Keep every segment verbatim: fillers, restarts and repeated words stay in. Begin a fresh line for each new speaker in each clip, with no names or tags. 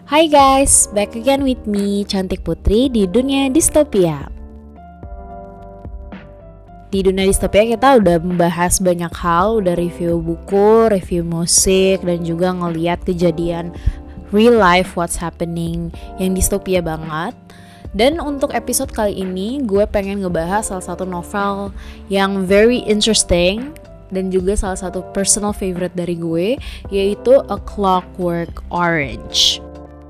Hai guys, back again with me, Cantik Putri di dunia distopia. Di dunia distopia kita udah membahas banyak hal, udah review buku, review musik, dan juga ngeliat kejadian real life what's happening yang distopia banget. Dan untuk episode kali ini gue pengen ngebahas salah satu novel yang very interesting dan juga salah satu personal favorite dari gue, yaitu A Clockwork Orange.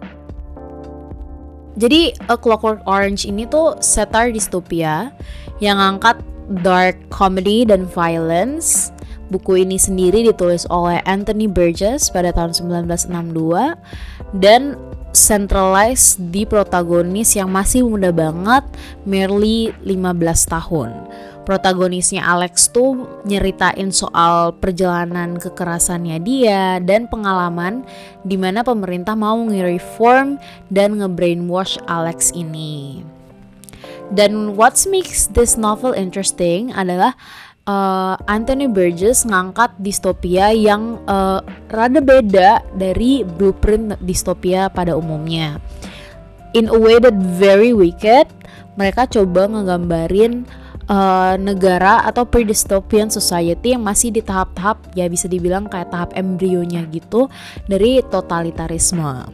Jadi A Clockwork Orange ini tuh satire distopia yang ngangkat dark comedy dan violence. Buku ini sendiri ditulis oleh Anthony Burgess pada tahun sembilan belas enam puluh dua dan centralize di protagonis yang masih muda banget, merely lima belas tahun. Protagonisnya Alex tuh nyeritain soal perjalanan kekerasannya dia dan pengalaman di mana pemerintah mau nge-reform dan nge-brainwash Alex ini. Dan what makes this novel interesting adalah uh, Anthony Burgess ngangkat distopia yang uh, rada beda dari blueprint distopia pada umumnya. In a way that very wicked, mereka coba ngegambarin Uh, negara atau pre-dystopian society yang masih di tahap-tahap, ya bisa dibilang kayak tahap embrionya gitu dari totalitarisme.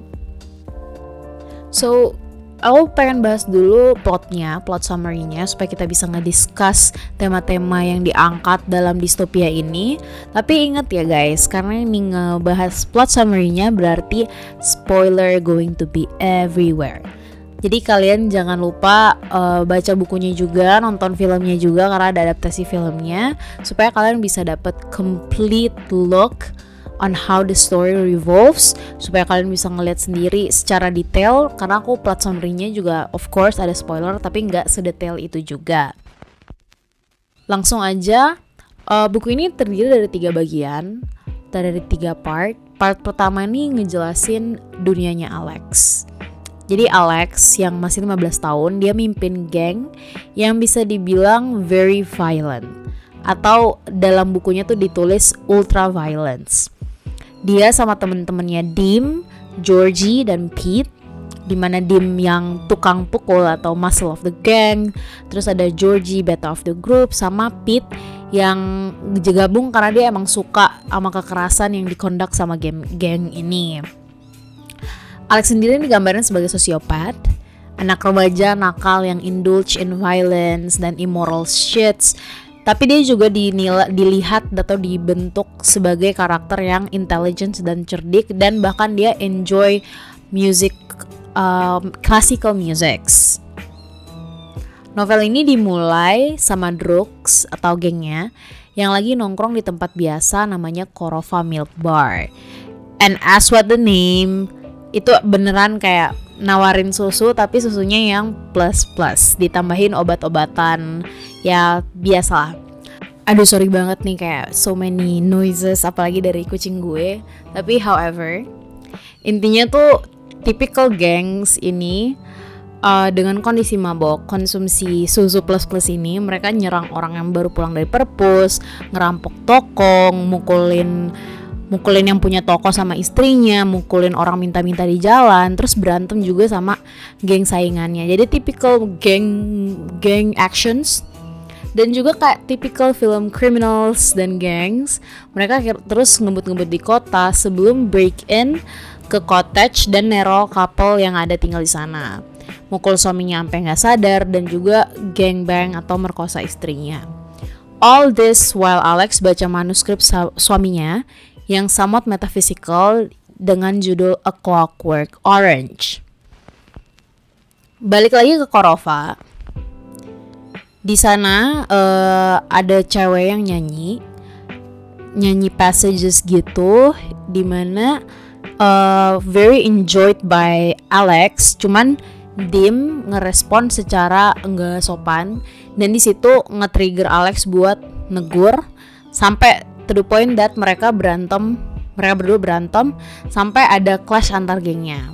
So, aku pengen bahas dulu plotnya, plot summary-nya supaya kita bisa ngediscuss tema-tema yang diangkat dalam distopia ini. Tapi ingat ya guys, karena ini ngebahas plot summary-nya berarti spoiler going to be everywhere. Jadi kalian jangan lupa uh, baca bukunya juga, nonton filmnya juga karena ada adaptasi filmnya, supaya kalian bisa dapat complete look on how the story revolves, supaya kalian bisa ngeliat sendiri secara detail. Karena aku plot summary-nya juga of course ada spoiler, tapi nggak sedetail itu juga. Langsung aja, uh, buku ini terdiri dari tiga bagian, dari tiga part. Part pertama ini ngejelasin dunianya Alex. Jadi Alex yang masih lima belas tahun, dia mimpin geng yang bisa dibilang very violent. Atau dalam bukunya tuh ditulis ultra violence. Dia sama temen-temennya Dim, Georgie, dan Pete. Dimana Dim yang tukang pukul atau muscle of the gang. Terus ada Georgie, beta of the group, sama Pete yang gabung karena dia emang suka sama kekerasan yang dikondak sama geng, geng ini. Alex sendiri digambarkan sebagai sosiopat, anak remaja nakal yang indulge in violence dan immoral shits. Tapi dia juga dinila, dilihat atau dibentuk sebagai karakter yang intelligent dan cerdik, dan bahkan dia enjoy music, um, classical musics. Novel ini dimulai sama Droogs atau gengnya yang lagi nongkrong di tempat biasa namanya Korova Milk Bar. And as what the name, itu beneran kayak nawarin susu, tapi susunya yang plus plus ditambahin obat-obatan, ya biasalah. Aduh sorry banget nih kayak so many noises apalagi dari kucing gue. Tapi however, intinya tuh typical gangs ini uh, dengan kondisi mabok konsumsi susu plus plus ini, mereka nyerang orang yang baru pulang dari perpus, ngerampok toko, mukulin mukulin yang punya toko sama istrinya, mukulin orang minta-minta di jalan, terus berantem juga sama geng saingannya. Jadi typical gang gang actions, dan juga kayak typical film criminals dan gangs. Mereka terus ngebut-ngebut di kota sebelum break in ke cottage dan nerol couple yang ada tinggal di sana, mukul suaminya sampai nggak sadar, dan juga gangbang atau merkosa istrinya. All this while Alex baca manuskrip su- suaminya yang somewhat metaphysical dengan judul A Clockwork Orange. Balik lagi ke Korova. Di sana uh, ada cewek yang nyanyi, nyanyi passages gitu, dimana uh, very enjoyed by Alex. Cuman Dim ngerespon secara enggak sopan, dan di situ nge-trigger Alex buat negur sampai to the point that mereka berantem, mereka berdua berantem sampai ada clash antar gengnya.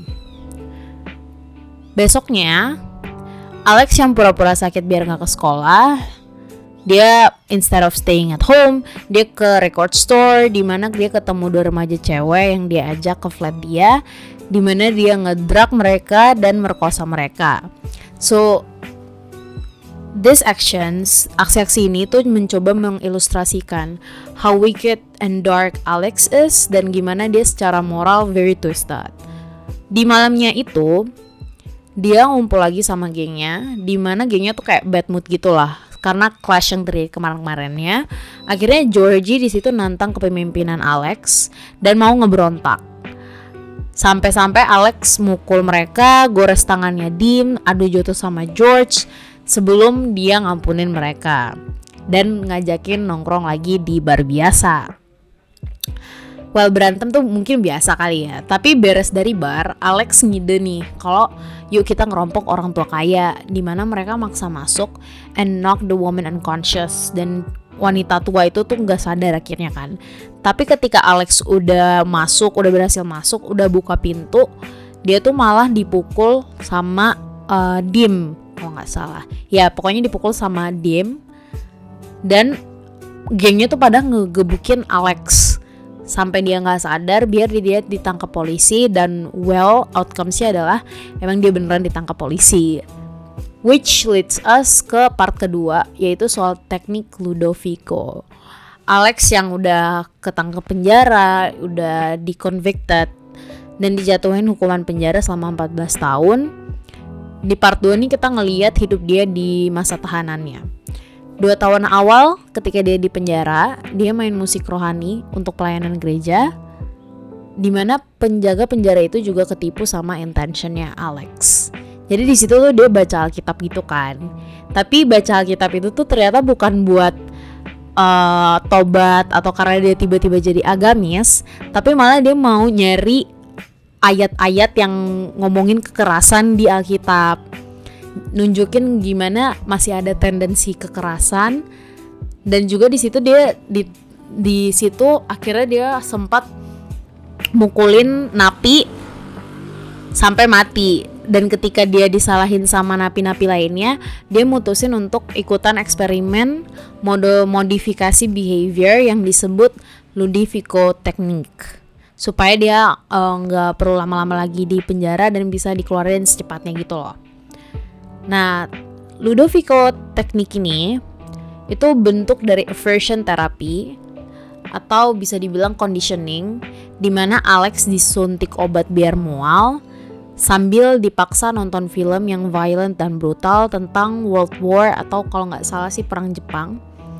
Besoknya, Alex yang pura-pura sakit biar gak ke sekolah, dia instead of staying at home, dia ke record store di mana dia ketemu dua remaja cewek yang dia ajak ke flat dia, di mana dia ngedrug mereka dan merkosa mereka. So these actions, aksi-aksi ini tuh mencoba mengilustrasikan how wicked and dark Alex is dan gimana dia secara moral very twisted. Di malamnya itu dia ngumpul lagi sama gengnya, di mana gengnya tuh kayak bad mood gitulah karena clash yang dari kemarin-kemarinnya. Akhirnya Georgie di situ nantang kepemimpinan Alex dan mau ngeberontak. Sampai-sampai Alex mukul mereka, gores tangannya Dim, adu joto sama George sebelum dia ngampunin mereka dan ngajakin nongkrong lagi di bar biasa. Well, berantem tuh mungkin biasa kali ya, tapi beres dari bar, Alex ngide nih kalau yuk kita ngerompok orang tua kaya, di mana mereka maksa masuk and knock the woman unconscious, dan wanita tua itu tuh nggak sadar akhirnya kan. Tapi ketika Alex udah masuk, udah berhasil masuk, udah buka pintu, dia tuh malah dipukul sama uh, Dim kalau nggak salah. Ya pokoknya dipukul sama Dim dan gengnya tuh pada ngegebukin Alex sampai dia nggak sadar biar dia ditangkap polisi, dan well outcome-nya adalah emang dia beneran ditangkap polisi. Which leads us ke part kedua, yaitu soal teknik Ludovico. Alex yang udah ketangkep penjara, udah di-convicted dan dijatuhin hukuman penjara selama empat belas tahun. Di part dua nih kita ngeliat hidup dia di masa tahanannya. Dua tahun awal ketika dia di penjara, dia main musik rohani untuk pelayanan gereja, dimana penjaga penjara itu juga ketipu sama intentionnya Alex. Jadi di situ tuh dia baca Alkitab gitu kan. Tapi baca Alkitab itu tuh ternyata bukan buat uh, tobat atau karena dia tiba-tiba jadi agamis, tapi malah dia mau nyari ayat-ayat yang ngomongin kekerasan di Alkitab, nunjukin gimana masih ada tendensi kekerasan. Dan juga di situ dia di di situ akhirnya dia sempat mukulin napi sampai mati. Dan ketika dia disalahin sama napi-napi lainnya, dia mutusin untuk ikutan eksperimen mode modifikasi behavior yang disebut Ludovico Technique, supaya dia nggak uh, perlu lama-lama lagi di penjara dan bisa dikeluarin secepatnya gitu loh. Nah, Ludovico Technique ini itu bentuk dari aversion therapy atau bisa dibilang conditioning, di mana Alex disuntik obat biar mual sambil dipaksa nonton film yang violent dan brutal tentang World War atau kalau nggak salah sih perang Jepang,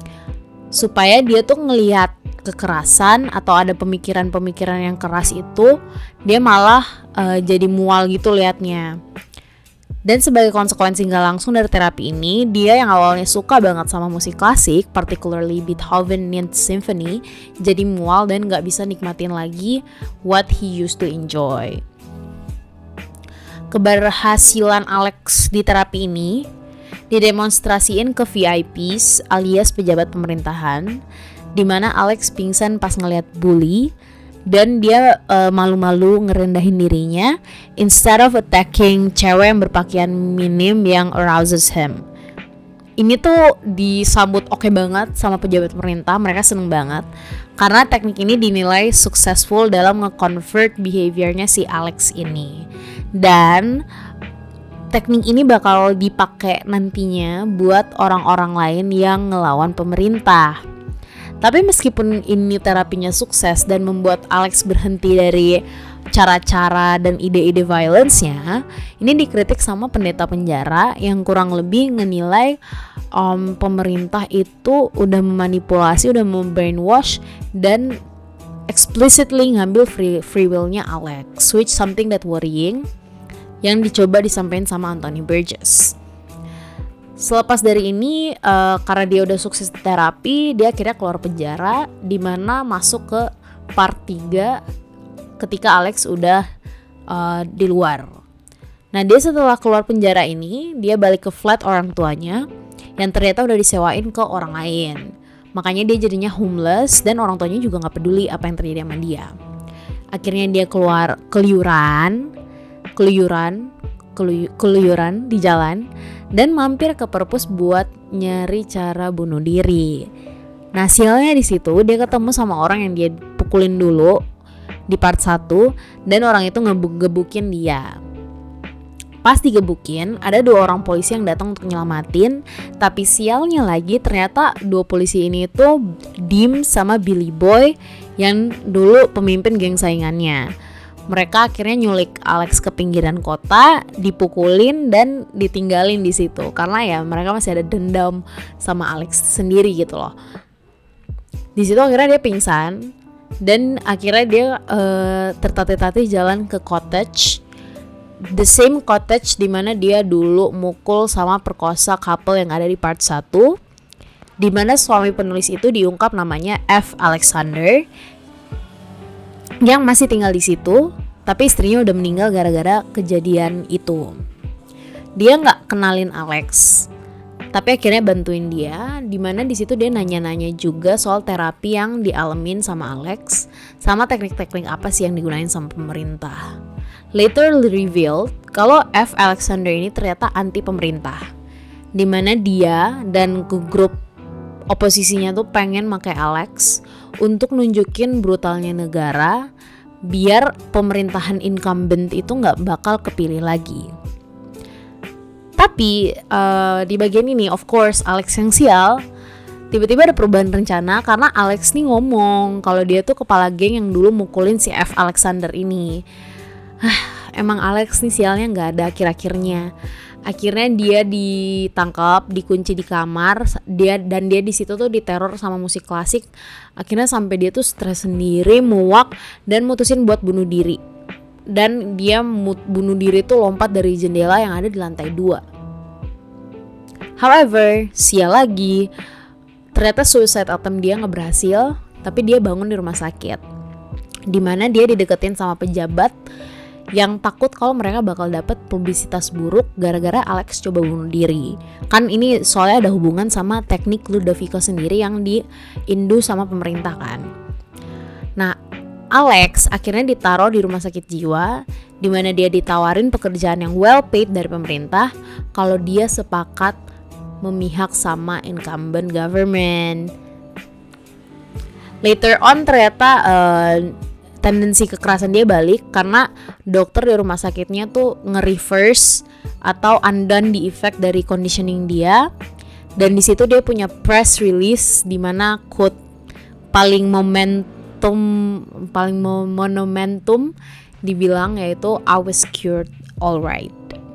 supaya dia tuh ngelihat kekerasan atau ada pemikiran-pemikiran yang keras itu dia malah uh, jadi mual gitu liatnya. Dan sebagai konsekuensi gak langsung dari terapi ini, dia yang awalnya suka banget sama musik klasik, particularly Beethoven Ninth Symphony, jadi mual dan gak bisa nikmatin lagi what he used to enjoy. Keberhasilan Alex di terapi ini didemonstrasiin ke V I Ps alias pejabat pemerintahan, di mana Alex pingsan pas ngeliat bully dan dia uh, malu-malu ngerendahin dirinya instead of attacking cewek yang berpakaian minim yang arouses him. Ini tuh disambut oke banget sama pejabat pemerintah, mereka seneng banget karena teknik ini dinilai successful dalam nge-convert behaviornya si Alex ini. Dan teknik ini bakal dipakai nantinya buat orang-orang lain yang ngelawan pemerintah. Tapi meskipun ini terapinya sukses dan membuat Alex berhenti dari cara-cara dan ide-ide violence-nya, ini dikritik sama pendeta penjara yang kurang lebih ngenilai um, pemerintah itu udah memanipulasi, udah membrainwash dan explicitly ngambil free, free will-nya Alex, which something that worrying yang dicoba disampaikan sama Anthony Burgess. Selepas dari ini, uh, karena dia udah sukses terapi, dia akhirnya keluar penjara, di mana masuk ke part tiga ketika Alex udah uh, di luar. Nah, dia setelah keluar penjara ini, dia balik ke flat orang tuanya yang ternyata udah disewain ke orang lain. Makanya dia jadinya homeless dan orang tuanya juga gak peduli apa yang terjadi sama dia. Akhirnya dia keluar keluyuran, keluyuran keluy- keluyuran di jalan dan mampir ke perpus buat nyari cara bunuh diri. Nah, sialnya di situ dia ketemu sama orang yang dia pukulin dulu di part satu dan orang itu ngebuk-gebukin dia. Pas digebukin, ada dua orang polisi yang datang untuk nyelamatin, tapi sialnya lagi ternyata dua polisi ini itu Dim sama Billy Boy yang dulu pemimpin geng saingannya. Mereka akhirnya nyulik Alex ke pinggiran kota, dipukulin dan ditinggalin di situ karena ya mereka masih ada dendam sama Alex sendiri gitu loh. Di situ akhirnya dia pingsan dan akhirnya dia uh, tertatih-tatih jalan ke cottage. The same cottage dimana dia dulu mukul sama perkosa couple yang ada di part satu, dimana suami penulis itu diungkap namanya F. Alexander yang masih tinggal di situ, tapi istrinya udah meninggal gara-gara kejadian itu. Dia nggak kenalin Alex, tapi akhirnya bantuin dia, dimana di situ dia nanya-nanya juga soal terapi yang dialamin sama Alex, sama teknik-teknik apa sih yang digunain sama pemerintah. Later revealed kalau F. Alexander ini ternyata anti pemerintah, dimana dia dan ke grup oposisinya tuh pengen pakai Alex untuk nunjukin brutalnya negara biar pemerintahan incumbent itu nggak bakal kepilih lagi. Tapi uh, di bagian ini of course Alex yang sial, tiba-tiba ada perubahan rencana karena Alex nih ngomong kalau dia tuh kepala geng yang dulu mukulin si F. Alexander ini. Hah, emang Alex nih sialnya nggak ada akhir-akhirnya. Akhirnya dia ditangkap, dikunci di kamar, dia dan dia di situ tuh diteror sama musik klasik. Akhirnya sampai dia tuh stres sendiri, muak dan mutusin buat bunuh diri. Dan dia mut, bunuh diri tuh lompat dari jendela yang ada di lantai dua. However, sial lagi, ternyata suicide attempt dia nggak berhasil, tapi dia bangun di rumah sakit, dimana dia dideketin sama pejabat yang takut kalau mereka bakal dapat publisitas buruk gara-gara Alex coba bunuh diri. Kan ini soalnya ada hubungan sama teknik Ludovico sendiri yang diindu sama pemerintah kan. Nah, Alex akhirnya ditaruh di rumah sakit jiwa, di mana dia ditawarin pekerjaan yang well paid dari pemerintah kalau dia sepakat memihak sama incumbent government. Later on ternyata uh, tendensi kekerasan dia balik karena dokter di rumah sakitnya tuh nge-reverse atau undone the effect dari conditioning dia, dan di situ dia punya press release di mana quote paling momentum paling monumentum dibilang yaitu I was cured alright.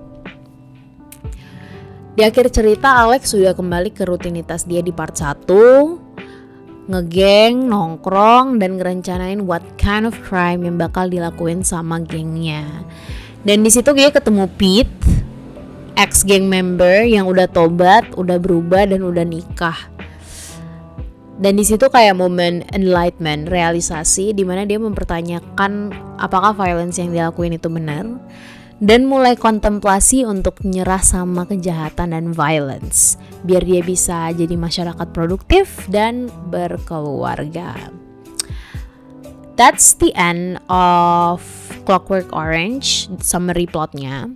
Di akhir cerita Alex sudah kembali ke rutinitas dia di part satu, ngegeng, nongkrong, dan ngerencanain what kind of crime yang bakal dilakuin sama gengnya. Dan di situ dia ketemu Pete, ex geng member yang udah tobat, udah berubah dan udah nikah. Dan di situ kayak momen enlightenment, realisasi, di mana dia mempertanyakan apakah violence yang dilakuin itu benar, dan mulai kontemplasi untuk nyerah sama kejahatan dan violence biar dia bisa jadi masyarakat produktif dan berkeluarga. That's the end of Clockwork Orange, summary plotnya.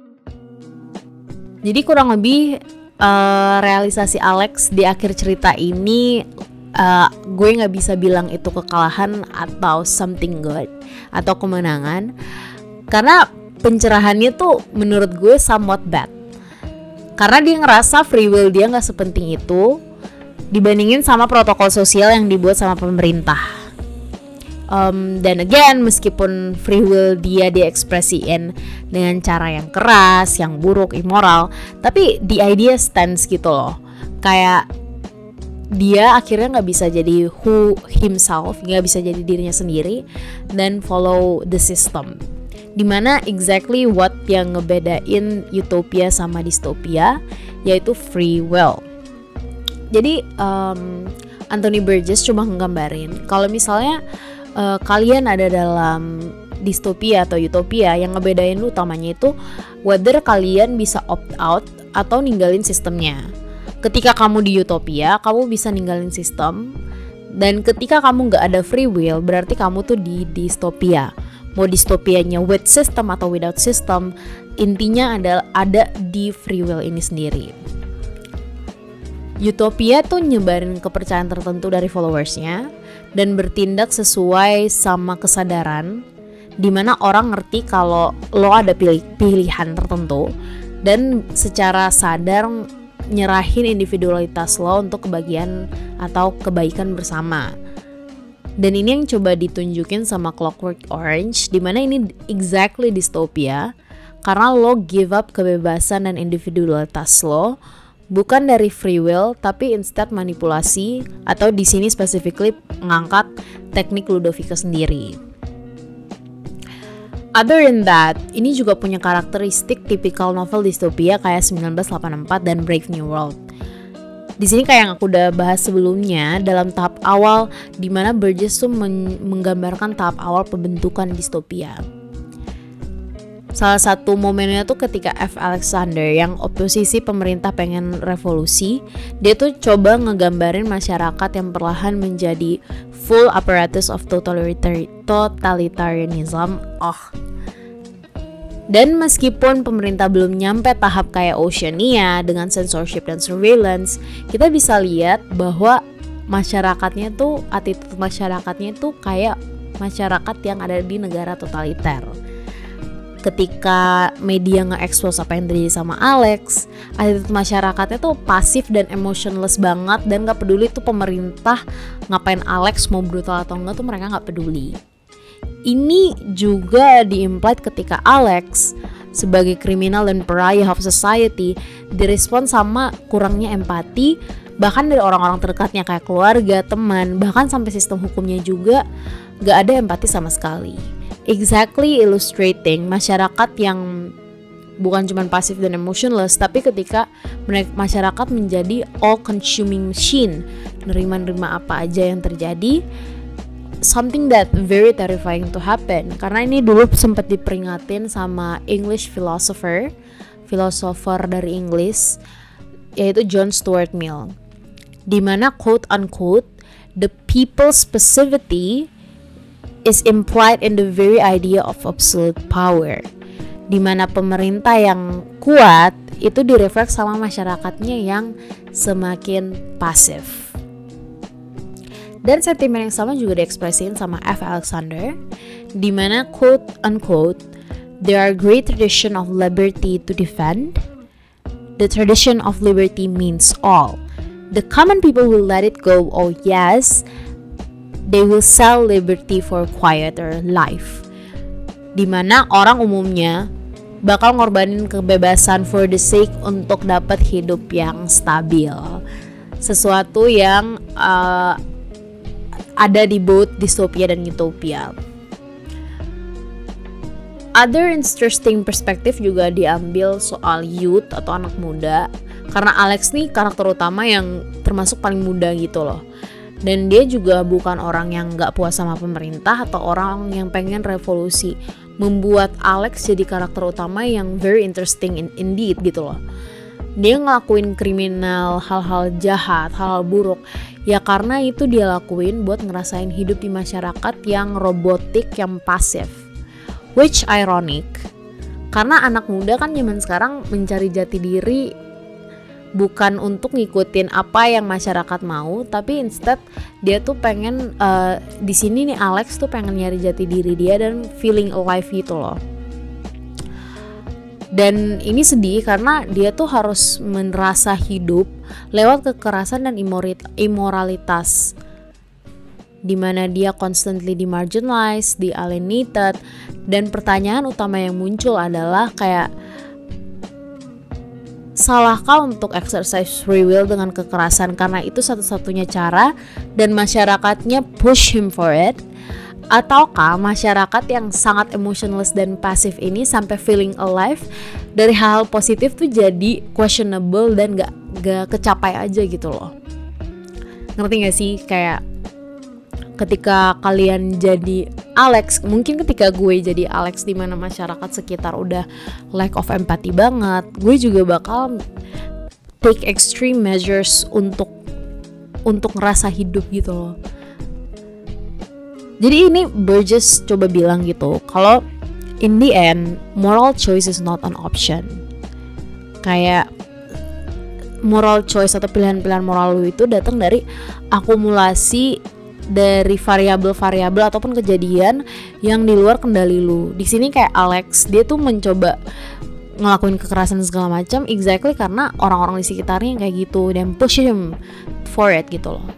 Jadi kurang lebih uh, realisasi Alex di akhir cerita ini, uh, gue gak bisa bilang itu kekalahan atau something good atau kemenangan, karena pencerahannya tuh menurut gue somewhat bad. Karena dia ngerasa free will dia gak sepenting itu dibandingin sama protokol sosial yang dibuat sama pemerintah. Um, dan again, meskipun free will dia diekspresiin dengan cara yang keras, yang buruk, immoral, tapi the idea stands gitu loh. Kayak dia akhirnya gak bisa jadi who himself, gak bisa jadi dirinya sendiri dan follow the system. Dimana exactly what yang ngebedain utopia sama distopia, yaitu free will. Jadi um, Anthony Burgess cuma nggambarin kalau misalnya uh, kalian ada dalam distopia atau utopia, yang ngebedain utamanya itu whether kalian bisa opt out atau ninggalin sistemnya. Ketika kamu di utopia, kamu bisa ninggalin sistem, dan ketika kamu gak ada free will, berarti kamu tuh di distopia. mau distopianya with system atau without system, intinya adalah ada di free will ini sendiri. Utopia tuh nyebarin kepercayaan tertentu dari followersnya dan bertindak sesuai sama kesadaran, dimana orang ngerti kalau lo ada pilih, pilihan tertentu dan secara sadar nyerahin individualitas lo untuk kebahagiaan atau kebaikan bersama. Dan ini yang coba ditunjukin sama Clockwork Orange, dimana ini exactly dystopia karena lo give up kebebasan dan individualitas lo bukan dari free will tapi instead manipulasi, atau di sini specifically mengangkat teknik Ludovico sendiri. Other than that, ini juga punya karakteristik tipikal novel distopia kayak sembilan belas delapan puluh empat dan Brave New World. Di sini kayak yang aku udah bahas sebelumnya, dalam tahap awal di mana Burgess tuh men- menggambarkan tahap awal pembentukan distopia. Salah satu momennya tuh ketika F. Alexander yang oposisi pemerintah pengen revolusi, dia tuh coba ngegambarin masyarakat yang perlahan menjadi full apparatus of totalitar- totalitarianism. Oh. Dan meskipun pemerintah belum nyampe tahap kayak Oceania dengan censorship dan surveillance, kita bisa lihat bahwa masyarakatnya tuh, attitude masyarakatnya tuh kayak masyarakat yang ada di negara totaliter. Ketika media nge-expose apa yang terjadi sama Alex, attitude masyarakatnya tuh pasif dan emotionless banget dan gak peduli tuh pemerintah ngapain Alex, mau brutal atau enggak tuh mereka gak peduli. Ini juga di-implied ketika Alex sebagai kriminal dan pariah of society direspon sama kurangnya empati, bahkan dari orang-orang terdekatnya kayak keluarga, teman, bahkan sampai sistem hukumnya juga gak ada empati sama sekali. Exactly illustrating masyarakat yang bukan cuma pasif dan emotionless, tapi ketika masyarakat menjadi all-consuming machine, nerima-nerima apa aja yang terjadi, something that very terrifying to happen. Karena ini dulu sempat diperingatin sama English philosopher, filosofer dari Inggris, yaitu John Stuart Mill, dimana quote-unquote, the people's passivity is implied in the very idea of absolute power, dimana pemerintah yang kuat itu direfleks sama masyarakatnya yang semakin pasif. Dan sentimen yang sama juga diekspresiin sama F. Alexander, dimana quote unquote, there are great tradition of liberty to defend. The tradition of liberty means all. The common people will let it go, oh yes, they will sell liberty for quieter life. Dimana orang umumnya bakal ngorbanin kebebasan for the sake untuk dapat hidup yang stabil. Sesuatu yang uh, ada di both dystopia dan utopia. Other interesting perspective juga diambil soal youth atau anak muda, karena Alex nih karakter utama yang termasuk paling muda gitu loh. Dan dia juga bukan orang yang gak puas sama pemerintah atau orang yang pengen revolusi. Membuat Alex jadi karakter utama yang very interesting in, indeed gitu loh. Dia ngelakuin kriminal, hal-hal jahat, hal-hal buruk, ya karena itu dia lakuin buat ngerasain hidup di masyarakat yang robotik, yang pasif. Which ironic, karena anak muda kan zaman sekarang mencari jati diri bukan untuk ngikutin apa yang masyarakat mau, tapi instead dia tuh pengen uh, di sini nih Alex tuh pengen nyari jati diri dia dan feeling alive gitu loh. Dan ini sedih karena dia tuh harus merasa hidup lewat kekerasan dan immoralitas, dimana dia constantly dimarginalize, di-alienated, dan pertanyaan utama yang muncul adalah kayak, salahkah untuk exercise free will dengan kekerasan karena itu satu-satunya cara dan masyarakatnya push him for it? Ataukah masyarakat yang sangat emotionless dan pasif ini sampai feeling alive dari hal-hal positif tuh jadi questionable dan gak, gak kecapai aja gitu loh. Ngerti gak sih? Kayak ketika kalian jadi Alex, mungkin ketika gue jadi Alex di mana masyarakat sekitar udah lack of empathy banget, gue juga bakal take extreme measures untuk untuk ngerasa hidup gitu loh. Jadi ini Burgess coba bilang gitu, kalau in the end moral choice is not an option. Kayak moral choice atau pilihan-pilihan moral lu itu datang dari akumulasi dari variabel-variabel ataupun kejadian yang di luar kendali lu. Di sini kayak Alex, dia tuh mencoba ngelakuin kekerasan segala macam exactly karena orang-orang di sekitarnya yang kayak gitu dan push him for it gitu loh.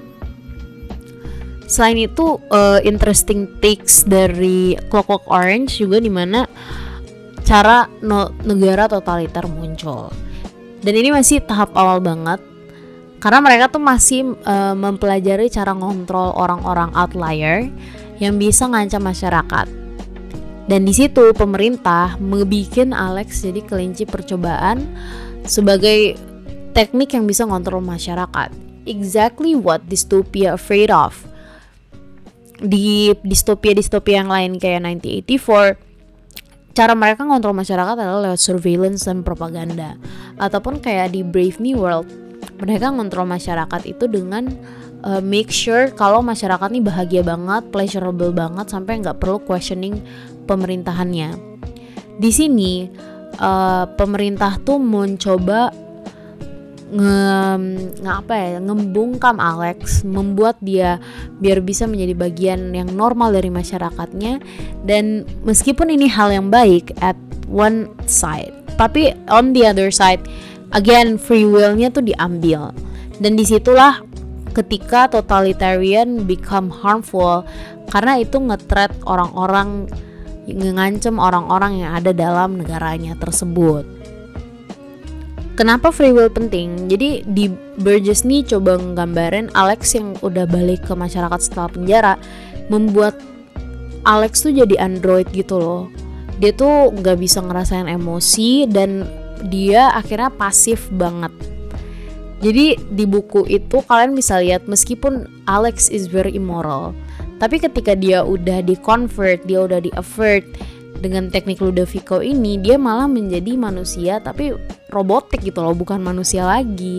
Selain itu uh, interesting takes dari Clockwork Orange juga dimana cara no, negara totaliter muncul. Dan ini masih tahap awal banget karena mereka tuh masih uh, mempelajari cara ngontrol orang-orang outlier yang bisa ngancam masyarakat. Dan di situ pemerintah ngebikin Alex jadi kelinci percobaan sebagai teknik yang bisa ngontrol masyarakat. Exactly what dystopia afraid of. Di distopia-distopia yang lain kayak nineteen eighty-four, cara mereka ngontrol masyarakat adalah lewat surveillance dan propaganda. Ataupun kayak di Brave New World, mereka ngontrol masyarakat itu dengan uh, make sure kalau masyarakat ini bahagia banget, pleasurable banget sampai nggak perlu questioning pemerintahannya. Di sini uh, pemerintah tuh mencoba nge, nge apa ya, ngembungkam Alex, membuat dia biar bisa menjadi bagian yang normal dari masyarakatnya. Dan meskipun ini hal yang baik at one side, tapi on the other side again free will-nya tuh diambil. Dan disitulah ketika totalitarian become harmful karena itu nge-threat orang-orang, ngancem orang-orang yang ada dalam negaranya tersebut. Kenapa free will penting? Jadi di Burgess nih coba nggambarin Alex yang udah balik ke masyarakat setelah penjara, membuat Alex tuh jadi android gitu loh. Dia tuh gak bisa ngerasain emosi dan dia akhirnya pasif banget. Jadi di buku itu kalian bisa lihat meskipun Alex is very immoral, tapi ketika dia udah di-convert, dia udah di-avert dengan teknik Ludovico ini, dia malah menjadi manusia tapi robotik gitu loh, bukan manusia lagi.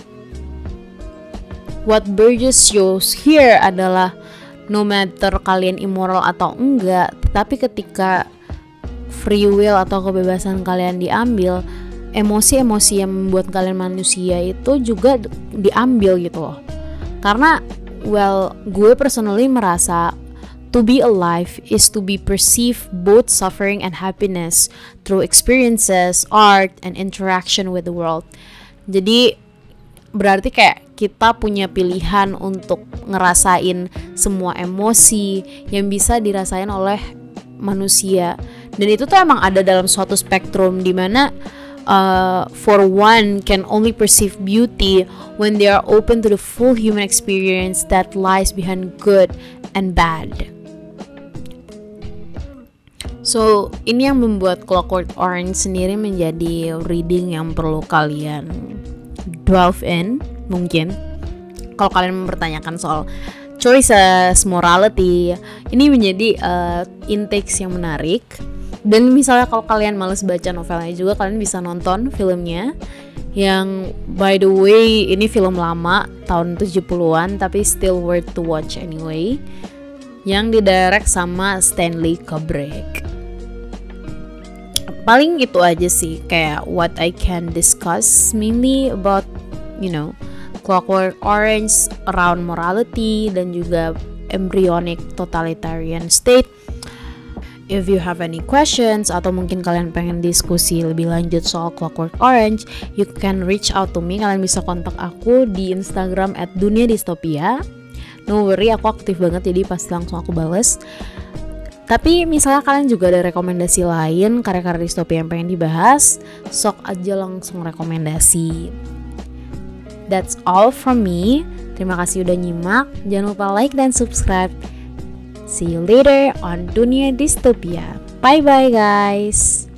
What Burgess shows here adalah no matter kalian immoral atau enggak, tapi ketika free will atau kebebasan kalian diambil, emosi-emosi yang membuat kalian manusia itu juga diambil gitu loh. Karena well, gue personally merasa to be alive is to be perceived both suffering and happiness through experiences, art, and interaction with the world. Jadi berarti kayak kita punya pilihan untuk ngerasain semua emosi yang bisa dirasain oleh manusia. Dan itu tuh emang ada dalam suatu spektrum di mana uh, for one can only perceive beauty when they are open to the full human experience that lies behind good and bad. So, ini yang membuat Clockwork Orange sendiri menjadi reading yang perlu kalian delve in, mungkin. Kalau kalian mempertanyakan soal choices, morality, ini menjadi uh, intakes yang menarik. Dan misalnya kalau kalian males baca novelnya juga, kalian bisa nonton filmnya. Yang by the way, ini film lama, tahun tujuh puluhan, tapi still worth to watch anyway. Yang didirect sama Stanley Kubrick. Paling itu aja sih kayak what I can discuss mainly about, you know, Clockwork Orange around morality dan juga embryonic totalitarian state. If you have any questions atau mungkin kalian pengen diskusi lebih lanjut soal Clockwork Orange, you can reach out to me. Kalian bisa kontak aku di Instagram at dunia distopia. No worry, aku aktif banget jadi pasti langsung aku bales. Tapi misalnya kalian juga ada rekomendasi lain karya-karya distopia yang pengen dibahas, sok aja langsung rekomendasi. That's all from me. Terima kasih udah nyimak. Jangan lupa like dan subscribe. See you later on Dunia Distopia. Bye bye guys.